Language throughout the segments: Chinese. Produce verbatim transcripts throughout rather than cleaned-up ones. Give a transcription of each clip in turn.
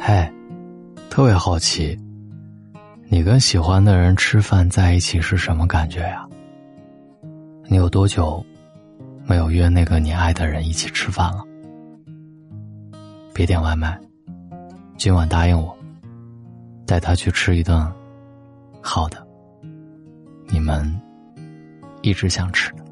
嘿，特别好奇，你跟喜欢的人吃饭在一起是什么感觉呀？你有多久没有约那个你爱的人一起吃饭了？别点外卖，今晚答应我，带他去吃一顿好的，你们一直想吃的。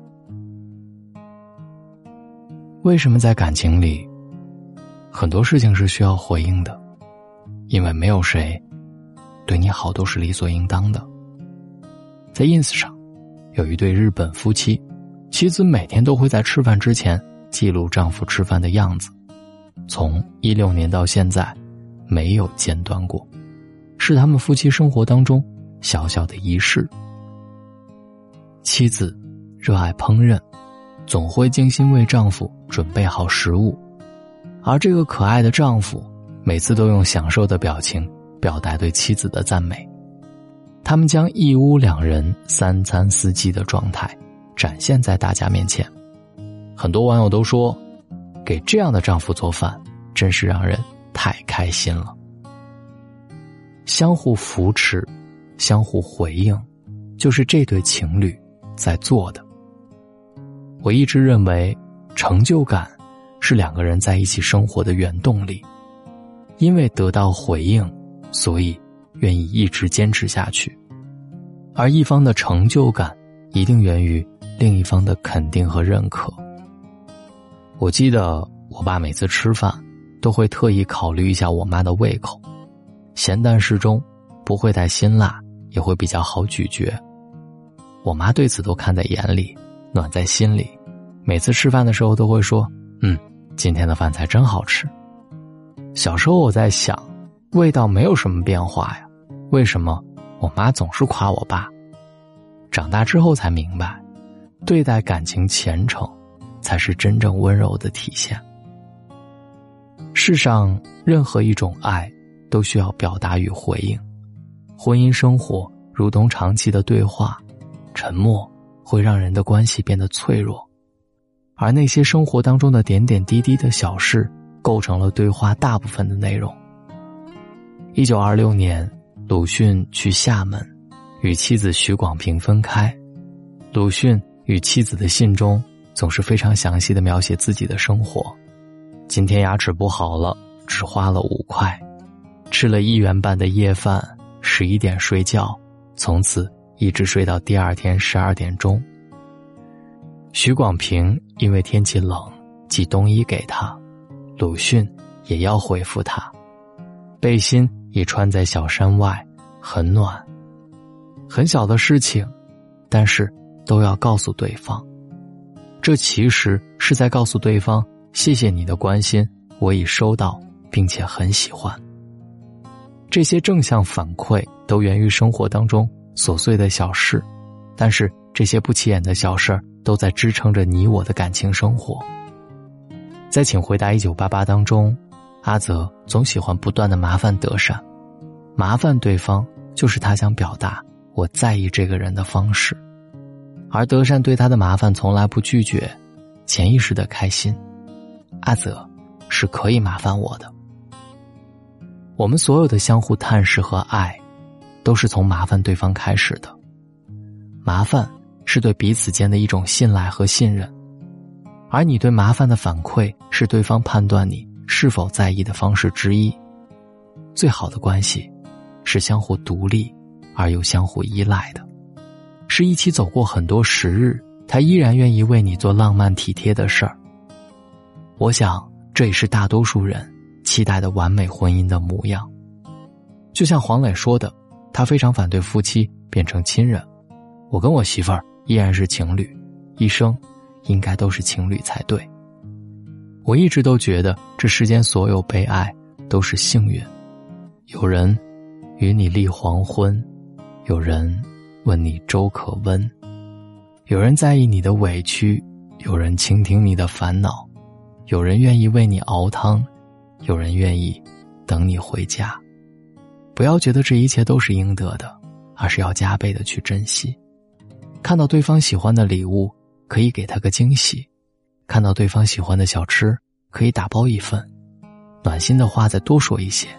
为什么在感情里，很多事情是需要回应的？因为没有谁对你好都是理所应当的。在 ins 上有一对日本夫妻，妻子每天都会在吃饭之前记录丈夫吃饭的样子，从一六年到现在没有间断过，是他们夫妻生活当中小小的仪式。妻子热爱烹饪，总会精心为丈夫准备好食物，而这个可爱的丈夫每次都用享受的表情表达对妻子的赞美。他们将一屋两人三餐四季的状态展现在大家面前。很多网友都说，给这样的丈夫做饭真是让人太开心了。相互扶持，相互回应，就是这对情侣在做的。我一直认为，成就感是两个人在一起生活的原动力，因为得到回应，所以愿意一直坚持下去。而一方的成就感一定源于另一方的肯定和认可。我记得我爸每次吃饭都会特意考虑一下我妈的胃口，咸淡适中，不会太辛辣，也会比较好咀嚼。我妈对此都看在眼里，暖在心里，每次吃饭的时候都会说，嗯，今天的饭菜真好吃。小时候我在想，味道没有什么变化呀，为什么我妈总是夸我爸？长大之后才明白，对待感情虔诚才是真正温柔的体现。世上任何一种爱都需要表达与回应，婚姻生活如同长期的对话，沉默会让人的关系变得脆弱，而那些生活当中的点点滴滴的小事构成了对话大部分的内容。一九二六年，鲁迅去厦门，与妻子许广平分开。鲁迅与妻子的信中总是非常详细地描写自己的生活。今天牙齿不好了，只花了五块，吃了一元半的夜饭，十一点睡觉，从此一直睡到第二天十二点钟。许广平因为天气冷，寄冬衣给他，鲁迅也要回复他。背心已穿在小衫外，很暖。很小的事情，但是都要告诉对方。这其实是在告诉对方，谢谢你的关心，我已收到，并且很喜欢。这些正向反馈都源于生活当中琐碎的小事，但是这些不起眼的小事都在支撑着你我的感情生活。在请回答一九八八当中，阿泽总喜欢不断的麻烦德善，麻烦对方就是他想表达我在意这个人的方式，而德善对他的麻烦从来不拒绝，潜意识的开心。阿泽是可以麻烦我的。我们所有的相互探视和爱都是从麻烦对方开始的。麻烦是对彼此间的一种信赖和信任，而你对麻烦的反馈是对方判断你是否在意的方式之一。最好的关系是相互独立而又相互依赖的，是一起走过很多时日，他依然愿意为你做浪漫体贴的事儿。我想这也是大多数人期待的完美婚姻的模样。就像黄磊说的，他非常反对夫妻变成亲人，我跟我媳妇儿依然是情侣，一生应该都是情侣才对。我一直都觉得这世间所有被爱都是幸运，有人与你立黄昏，有人问你粥可温，有人在意你的委屈，有人倾听你的烦恼，有人愿意为你熬汤，有人愿意等你回家。不要觉得这一切都是应得的，而是要加倍的去珍惜。看到对方喜欢的礼物，可以给他个惊喜；看到对方喜欢的小吃，可以打包一份；暖心的话再多说一些，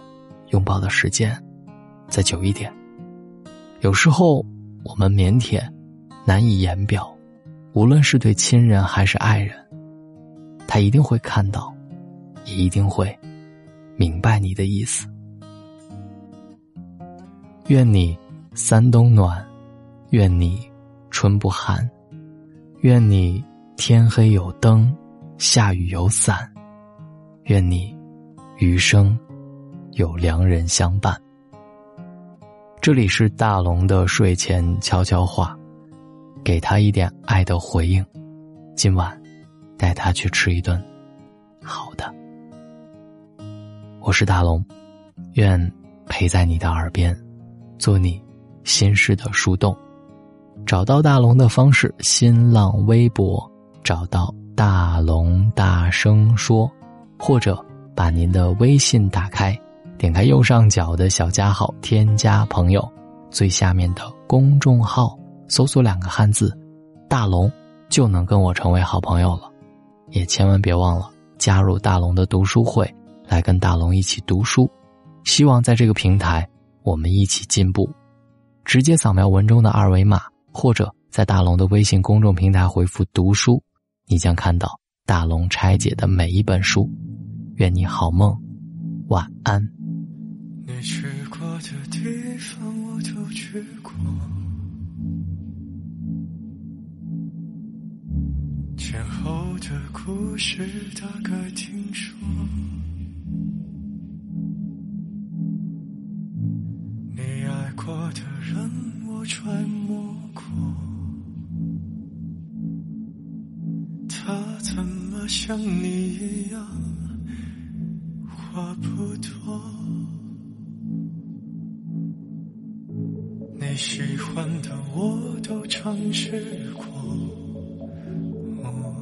拥抱的时间再久一点。有时候我们腼腆难以言表，无论是对亲人还是爱人，他一定会看到，也一定会明白你的意思。愿你三冬暖，愿你春不寒，愿你天黑有灯，下雨有伞，愿你余生有良人相伴。这里是大龙的睡前悄悄话，给他一点爱的回应，今晚带他去吃一顿好的。我是大龙，愿陪在你的耳边，做你心事的树洞。找到大龙的方式，新浪微博找到大龙大声说，或者把您的微信打开，点开右上角的小加号，添加朋友，最下面的公众号搜索两个汉字大龙，就能跟我成为好朋友了。也千万别忘了加入大龙的读书会，来跟大龙一起读书。希望在这个平台我们一起进步。直接扫描文中的二维码，或者在大龙的微信公众平台回复读书，你将看到大龙拆解的每一本书。愿你好梦，晚安。 你去过的地方我都去过，前后的故事大概听说，你爱过的人我揣摩过，他怎么像你一样话不多，你喜欢的我都尝试过，哦，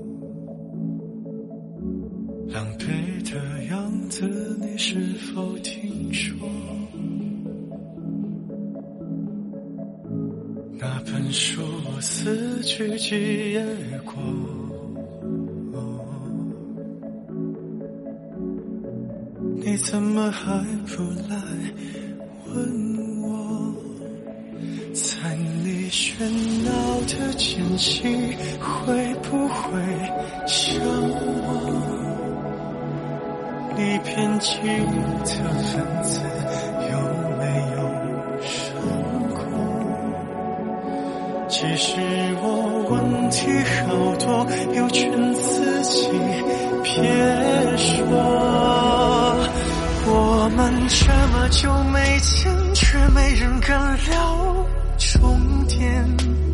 狼狈的样子你是否听说？那本书我四句几页过，你怎么还不来问我？在你喧闹的间隙，会不会想我？你偏激的分子有没有伤过？其实我问题好多，又劝自己别说。我们这么久没见，却没人敢聊重点。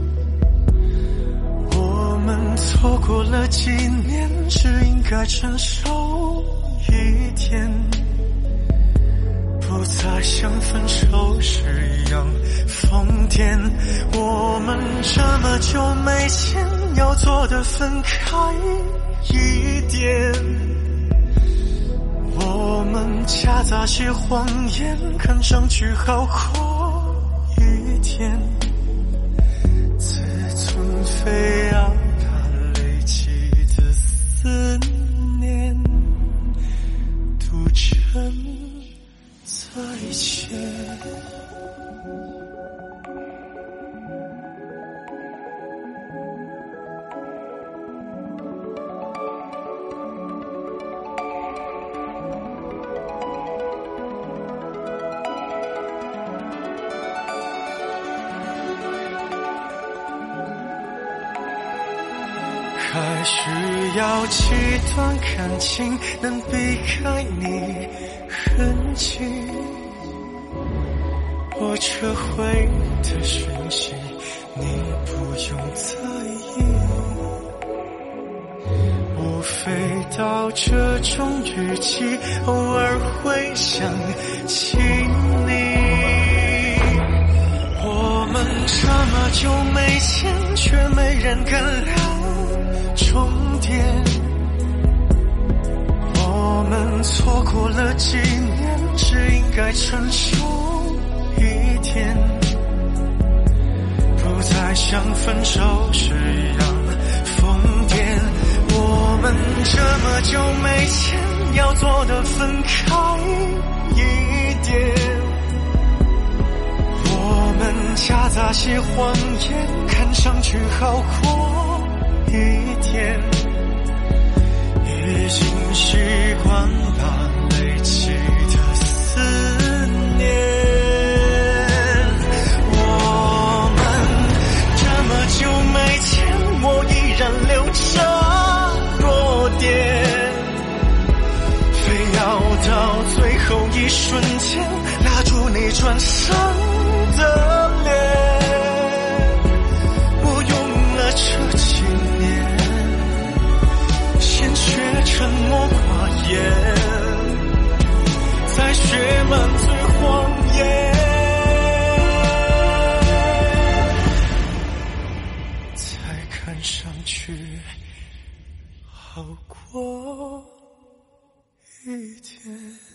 我们错过了几年，只应该成熟一点，不再像分手时一样疯癫。我们这么久没见，要做的分开一点。我们夹杂些谎言，看上去好过一点。自尊非要把累积的思念赌成再见。还需要几段感情能避开你痕迹？我撤回的讯息你不用在意，无非到这种语气偶尔会想起你。我们这么久没见，却没人敢聊重点。我们错过了几年，只应该成熟一点，不再像分手时一样疯癫。我们这么久没见，要做的分开一点。我们夹杂些谎言，看上去好过一点，已经习惯了累积的思念。我们这么久没见，我依然留着弱点，非要到最后一瞬间拉住你转身的脸。我用了这几年先学沉默寡言，再学满嘴谎言，才看上去好过一点。